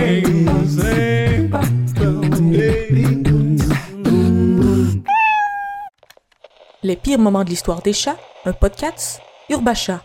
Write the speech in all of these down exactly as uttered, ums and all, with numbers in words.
Les pires moments de l'histoire des chats, un podcast, Urbacha.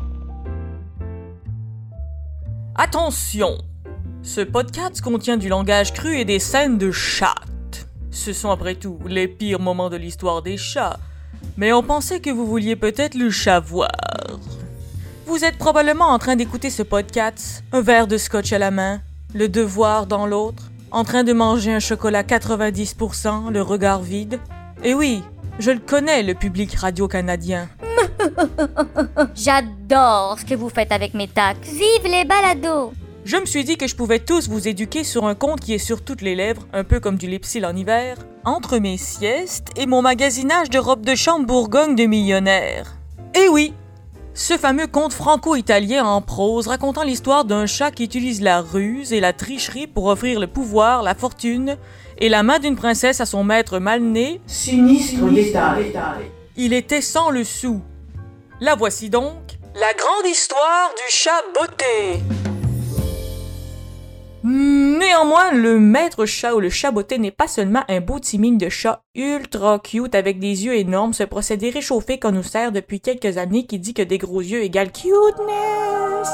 Attention! Ce podcast contient du langage cru et des scènes de chatte. Ce sont après tout les pires moments de l'histoire des chats, mais on pensait que vous vouliez peut-être le savoir. Vous êtes probablement en train d'écouter ce podcast, un verre de scotch à la main, le devoir dans l'autre, en train de manger un chocolat quatre-vingt-dix pour cent, le regard vide. Et oui, je le connais, le public radio-canadien. J'adore ce que vous faites avec mes taxes. Vive les balados! Je me suis dit que je pouvais tous vous éduquer sur un conte qui est sur toutes les lèvres, un peu comme du Lipsil en hiver, entre mes siestes et mon magasinage de robes de chambre Bourgogne de millionnaire. Et oui, ce fameux conte franco-italien en prose racontant l'histoire d'un chat qui utilise la ruse et la tricherie pour offrir le pouvoir, la fortune et la main d'une princesse à son maître mal-né, sinistre détail. Il était sans le sou. La voici donc, la grande histoire du chat botté. Néanmoins, le maître chat ou le chat botté n'est pas seulement un beau timide de chat ultra cute avec des yeux énormes, ce procédé réchauffé qu'on nous sert depuis quelques années qui dit que des gros yeux égale cuteness.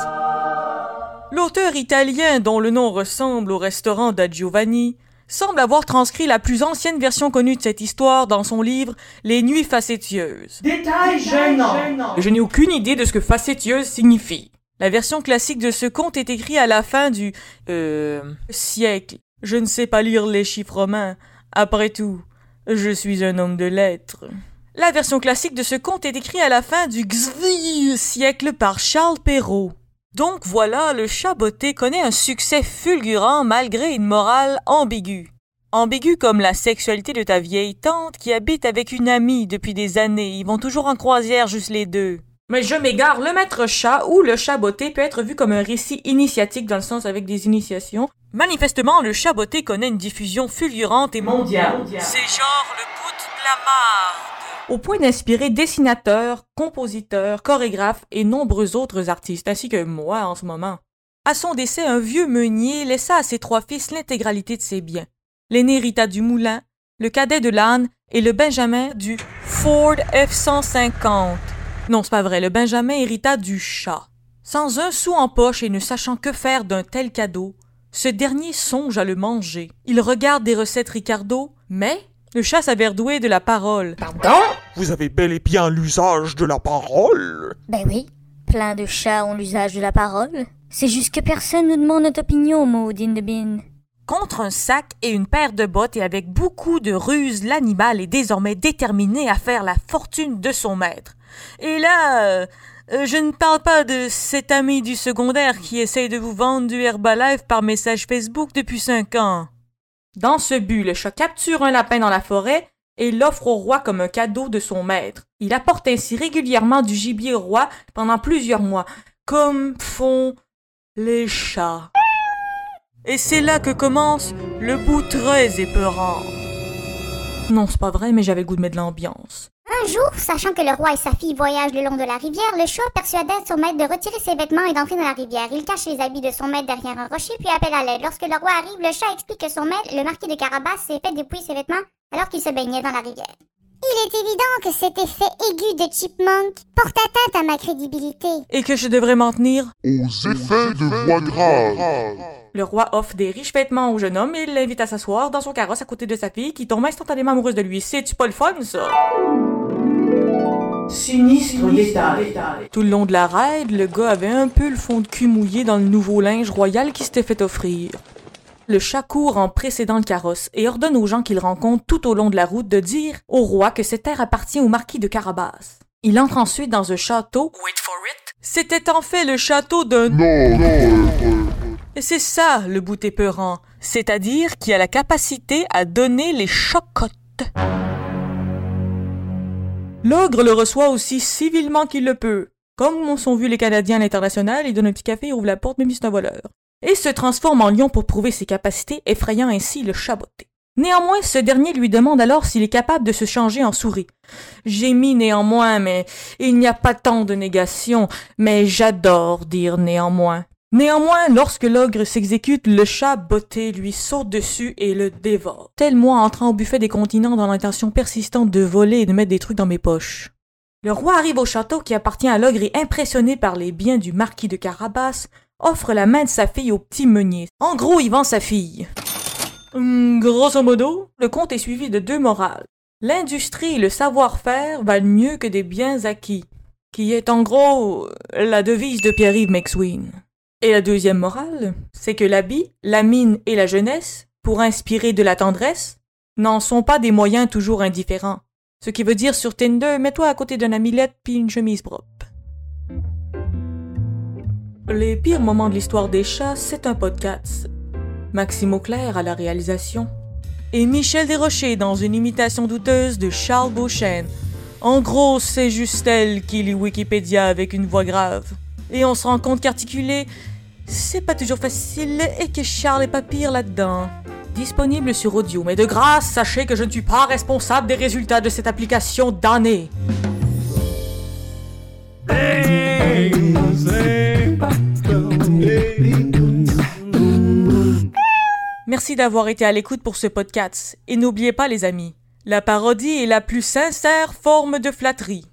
L'auteur italien, dont le nom ressemble au restaurant da Giovanni, semble avoir transcrit la plus ancienne version connue de cette histoire dans son livre « Les Nuits facétieuses ». Détail gênant! Je n'ai aucune idée de ce que facétieuse signifie. La version classique de ce conte est écrite à la fin du euh, siècle. Je ne sais pas lire les chiffres romains. Après tout, je suis un homme de lettres. La version classique de ce conte est écrite à la fin du Xvi siècle par Charles Perrault. Donc voilà, le chat botté connaît un succès fulgurant malgré une morale ambiguë. Ambiguë comme la sexualité de ta vieille tante qui habite avec une amie depuis des années. Ils vont toujours en croisière juste les deux. Mais je m'égare, le maître chat ou le chat botté peut être vu comme un récit initiatique dans le sens avec des initiations. Manifestement, le chat botté connaît une diffusion fulgurante et mondiale. C'est genre le bout de la marde. Au point d'inspirer dessinateurs, compositeurs, chorégraphes et nombreux autres artistes, ainsi que moi en ce moment. À son décès, un vieux meunier laissa à ses trois fils l'intégralité de ses biens. L'aîné hérita du moulin, le cadet de l'âne et le benjamin du Ford F cent cinquante. Non, c'est pas vrai, le Benjamin hérita du chat. Sans un sou en poche et ne sachant que faire d'un tel cadeau, ce dernier songe à le manger. Il regarde des recettes Ricardo, mais le chat s'avère doué de la parole. Pardon? Vous avez bel et bien l'usage de la parole? Ben oui, plein de chats ont l'usage de la parole. C'est juste que personne nous demande notre opinion, maudine de bin. Contre un sac et une paire de bottes et avec beaucoup de ruse, l'animal est désormais déterminé à faire la fortune de son maître. Et là, euh, je ne parle pas de cet ami du secondaire qui essaye de vous vendre du Herbalife par message Facebook depuis cinq ans. Dans ce but, le chat capture un lapin dans la forêt et l'offre au roi comme un cadeau de son maître. Il apporte ainsi régulièrement du gibier au roi pendant plusieurs mois, comme font les chats. Et c'est là que commence le bout très épeurant. Non, c'est pas vrai, mais j'avais le goût de mettre de l'ambiance. Un jour, sachant que le roi et sa fille voyagent le long de la rivière, le chat persuada son maître de retirer ses vêtements et d'entrer dans la rivière. Il cache les habits de son maître derrière un rocher puis appelle à l'aide. Lorsque le roi arrive, le chat explique que son maître, le marquis de Carabas, s'est fait dépouiller ses vêtements alors qu'il se baignait dans la rivière. Il est évident que cet effet aigu de Chipmunk porte atteinte à ma crédibilité. Et que je devrais m'en tenir aux effets de voix grave. Le roi offre des riches vêtements au jeune homme et l'invite à s'asseoir dans son carrosse à côté de sa fille qui tombe instantanément amoureuse de lui. C'est-tu pas le fun, ça? Sinistre détail. Tout le long de la ride, le gars avait un peu le fond de cul mouillé dans le nouveau linge royal qui s'était fait offrir. Le chat court en précédant le carrosse et ordonne aux gens qu'il rencontre tout au long de la route de dire au roi que cette terre appartient au marquis de Carabas. Il entre ensuite dans un château. Wait for it. C'était en fait le château d'un... Non, non, Et c'est ça, le bout épeurant, c'est-à-dire qui a la capacité à donner les chocottes. L'ogre le reçoit aussi civilement qu'il le peut. Comme sont vus les Canadiens à l'international, il donne un petit café, il ouvre la porte, même si c'est un voleur. Et se transforme en lion pour prouver ses capacités, effrayant ainsi le chat botté. Néanmoins, ce dernier lui demande alors s'il est capable de se changer en souris. Gémit néanmoins, mais il n'y a pas tant de négation, mais j'adore dire néanmoins. Néanmoins, lorsque l'ogre s'exécute, le chat botté lui saute dessus et le dévore. Tel moi entrant au buffet des continents dans l'intention persistante de voler et de mettre des trucs dans mes poches. Le roi arrive au château qui appartient à l'ogre et impressionné par les biens du marquis de Carabas, offre la main de sa fille au petit meunier. En gros, il vend sa fille. Hum, grosso modo, le conte est suivi de deux morales. L'industrie et le savoir-faire valent mieux que des biens acquis, qui est en gros la devise de Pierre-Yves McSween. Et la deuxième morale, c'est que l'habit, la mine et la jeunesse, pour inspirer de la tendresse, n'en sont pas des moyens toujours indifférents. Ce qui veut dire sur Tinder, mets-toi à côté d'une amulette puis une chemise propre. Les pires moments de l'histoire des chats, c'est un podcast. Maxime Auclair à la réalisation. Et Michel Desrochers dans une imitation douteuse de Charles Beauchesne. En gros, c'est juste elle qui lit Wikipédia avec une voix grave. Et on se rend compte qu'articuler, c'est pas toujours facile et que Charles est pas pire là-dedans. Disponible sur audio, mais de grâce, sachez que je ne suis pas responsable des résultats de cette application damnée. Merci d'avoir été à l'écoute pour ce podcast. Et n'oubliez pas les amis, la parodie est la plus sincère forme de flatterie.